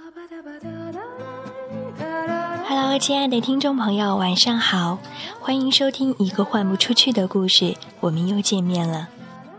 Hello， 亲爱的听众朋友，晚上好，欢迎收听一个换不出去的故事，我们又见面了。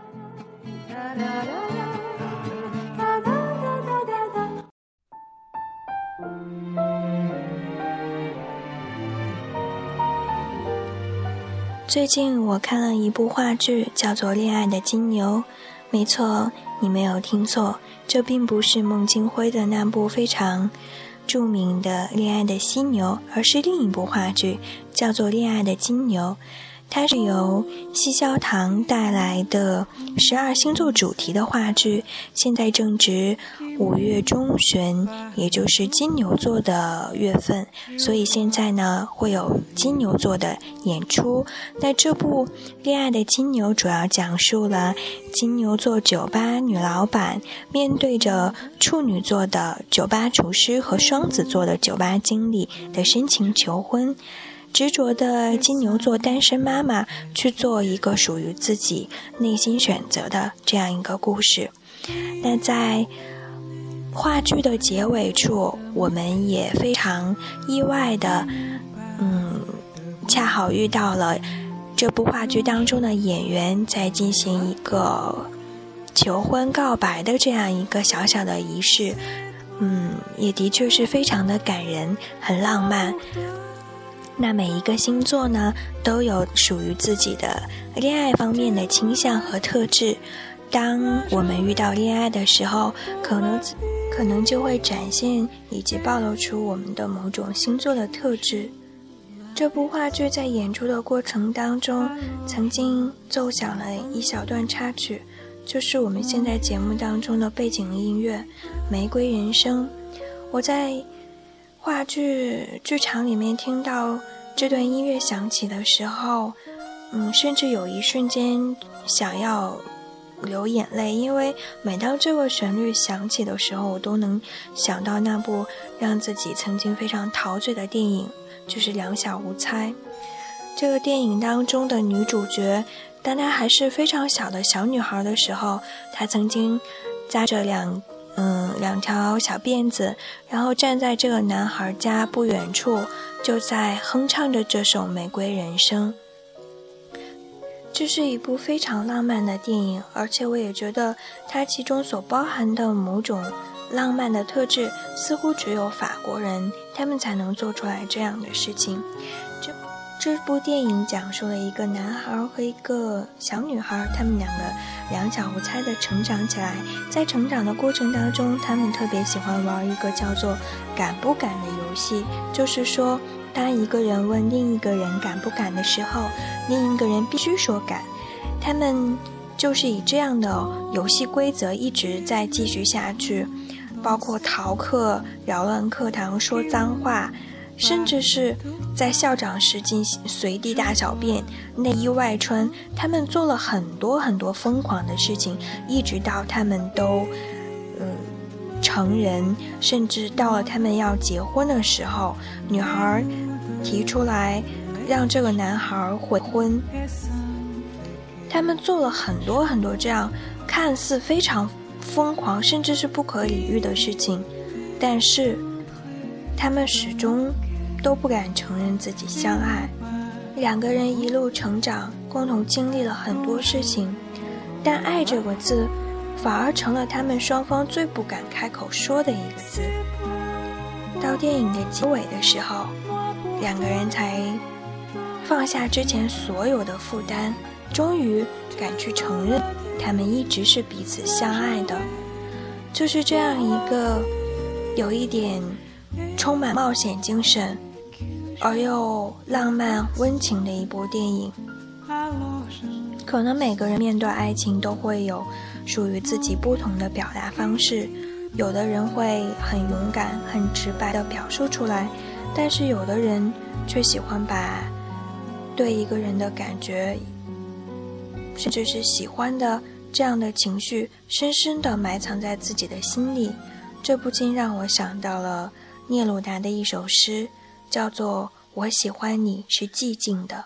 最近我看了一部话剧，叫做《恋爱的金牛》。没错，你没有听错，这并不是孟京辉的那部非常著名的《恋爱的犀牛》，而是另一部话剧，叫做《恋爱的金牛》。它是由西萧堂带来的12星座主题的话剧，现在正值5月中旬，也就是金牛座的月份，所以现在呢会有金牛座的演出。那这部《恋爱的金牛》主要讲述了金牛座酒吧女老板面对着处女座的酒吧厨师和双子座的酒吧经理的深情求婚，执着的金牛座单身妈妈去做一个属于自己内心选择的这样一个故事。那在话剧的结尾处，我们也非常意外的恰好遇到了这部话剧当中的演员在进行一个求婚告白的这样一个小小的仪式，也的确是非常的感人，很浪漫。那每一个星座呢，都有属于自己的恋爱方面的倾向和特质。当我们遇到恋爱的时候，可能就会展现以及暴露出我们的某种星座的特质。这部话剧在演出的过程当中，曾经奏响了一小段插曲，就是我们现在节目当中的背景音乐《玫瑰人生》。我在话剧剧场里面听到这段音乐响起的时候，甚至有一瞬间想要流眼泪，因为每当这个旋律响起的时候，我都能想到那部让自己曾经非常陶醉的电影，就是《两小无猜》。这个电影当中的女主角，当她还是非常小的小女孩的时候，她曾经扎着两条小辫子，然后站在这个男孩家不远处，就在哼唱着这首《玫瑰人生》。这是一部非常浪漫的电影，而且我也觉得它其中所包含的某种浪漫的特质，似乎只有法国人他们才能做出来这样的事情。这部电影讲述了一个男孩和一个小女孩，他们两个两小无猜的成长起来。在成长的过程当中，他们特别喜欢玩一个叫做敢不敢的游戏，就是说当一个人问另一个人敢不敢的时候，另一个人必须说敢。他们就是以这样的游戏规则一直在继续下去，包括逃课、扰乱课堂、说脏话，甚至是在校长室进行随地大小便、内衣外穿，他们做了很多很多疯狂的事情，一直到他们都成人，甚至到了他们要结婚的时候，女孩提出来让这个男孩悔婚。他们做了很多很多这样看似非常疯狂甚至是不可理喻的事情，但是他们始终都不敢承认自己相爱。两个人一路成长，共同经历了很多事情，但爱这个字反而成了他们双方最不敢开口说的一个字。到电影的结尾的时候，两个人才放下之前所有的负担，终于敢去承认他们一直是彼此相爱的。就是这样一个有一点充满冒险精神而又浪漫温情的一部电影。可能每个人面对爱情都会有属于自己不同的表达方式，有的人会很勇敢很直白地表述出来，但是有的人却喜欢把对一个人的感觉甚至是喜欢的这样的情绪深深地埋藏在自己的心里。这不禁让我想到了聂鲁达的一首诗，叫做我喜欢你是寂静的。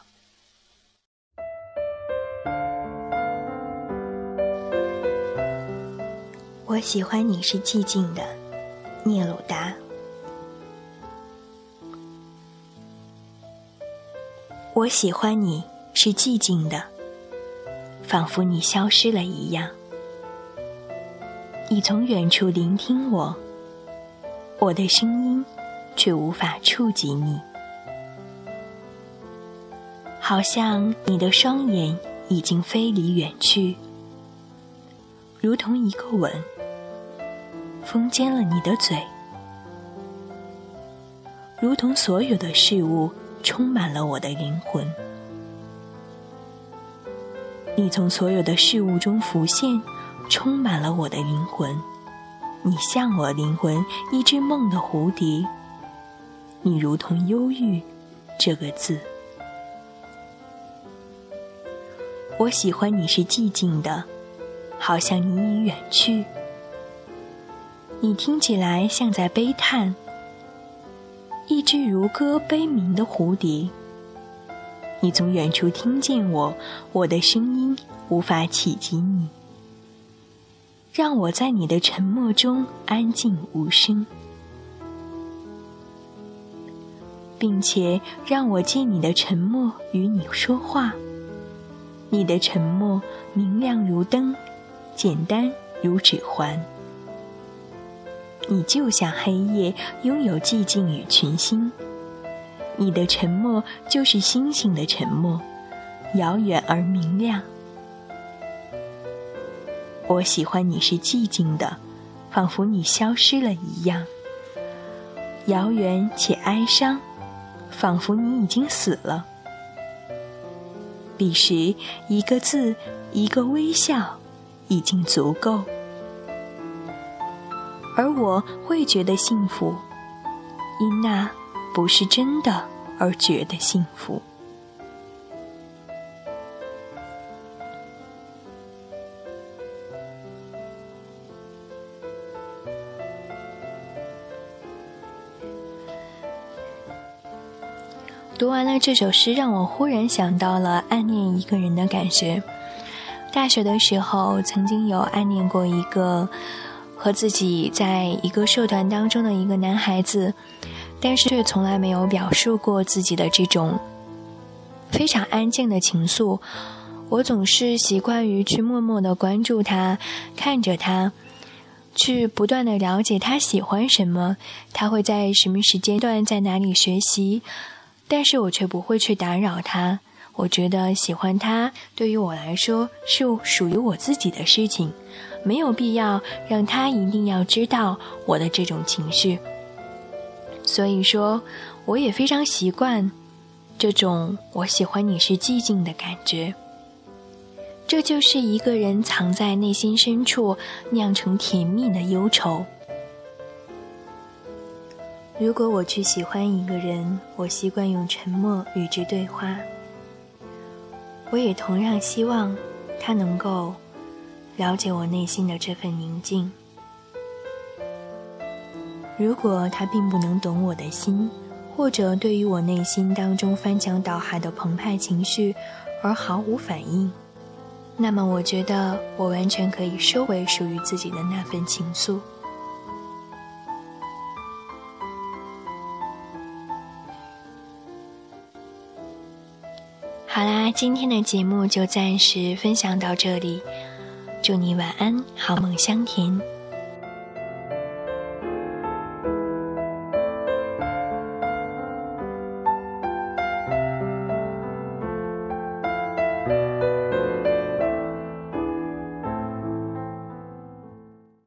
我喜欢你是寂静的， 聂鲁达。我喜欢你是寂静的，仿佛你消失了一样。你从远处聆听我，我的声音却无法触及你。好像你的双眼已经飞离远去，如同一个吻，封缄了你的嘴，如同所有的事物充满了我的灵魂。你从所有的事物中浮现，充满了我的灵魂。你像我灵魂一只梦的蝴蝶，你如同忧郁这个字。我喜欢你是寂静的，好像你已远去。你听起来像在悲叹，一只如歌悲鸣的蝴蝶。你从远处听见我，我的声音无法企及你。让我在你的沉默中安静无声，并且让我借你的沉默与你说话。你的沉默明亮如灯，简单如指环。你就像黑夜，拥有寂静与群星。你的沉默就是星星的沉默，遥远而明亮。我喜欢你是寂静的，仿佛你消失了一样，遥远且哀伤，仿佛你已经死了。彼时，一个字，一个微笑，已经足够。而我会觉得幸福，因那不是真的而觉得幸福。读完了这首诗，让我忽然想到了暗恋一个人的感觉。大学的时候曾经有暗恋过一个和自己在一个社团当中的一个男孩子，但是却从来没有表述过自己的这种非常安静的情愫。我总是习惯于去默默地关注他，看着他，去不断地了解他喜欢什么，他会在什么时间段在哪里学习，但是我却不会去打扰他。我觉得喜欢他对于我来说是属于我自己的事情，没有必要让他一定要知道我的这种情绪。所以说我也非常习惯这种我喜欢你是寂静的感觉。这就是一个人藏在内心深处酿成甜蜜的忧愁。如果我去喜欢一个人，我习惯用沉默与之对话。我也同样希望他能够了解我内心的这份宁静。如果他并不能懂我的心，或者对于我内心当中翻江倒海的澎湃情绪而毫无反应，那么我觉得我完全可以收回属于自己的那份情愫。好啦，今天的节目就暂时分享到这里，祝你晚安，好梦香甜。